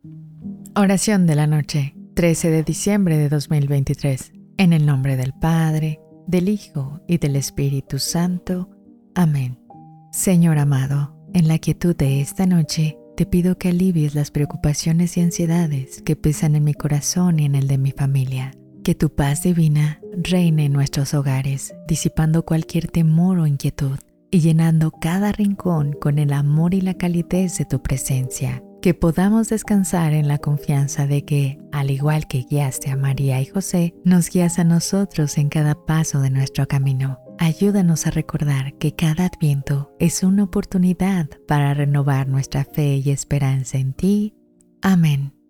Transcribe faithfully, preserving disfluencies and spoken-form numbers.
Oración de la noche, trece de diciembre de dos mil veintitrés. En el nombre del Padre, del Hijo y del Espíritu Santo. Amén. Señor amado, en la quietud de esta noche, te pido que alivies las preocupaciones y ansiedades que pesan en mi corazón y en el de mi familia. Que tu paz divina reine en nuestros hogares, disipando cualquier temor o inquietud y llenando cada rincón con el amor y la calidez de tu presencia. Que podamos descansar en la confianza de que, al igual que guiaste a María y José, nos guías a nosotros en cada paso de nuestro camino. Ayúdanos a recordar que cada Adviento es una oportunidad para renovar nuestra fe y esperanza en ti. Amén.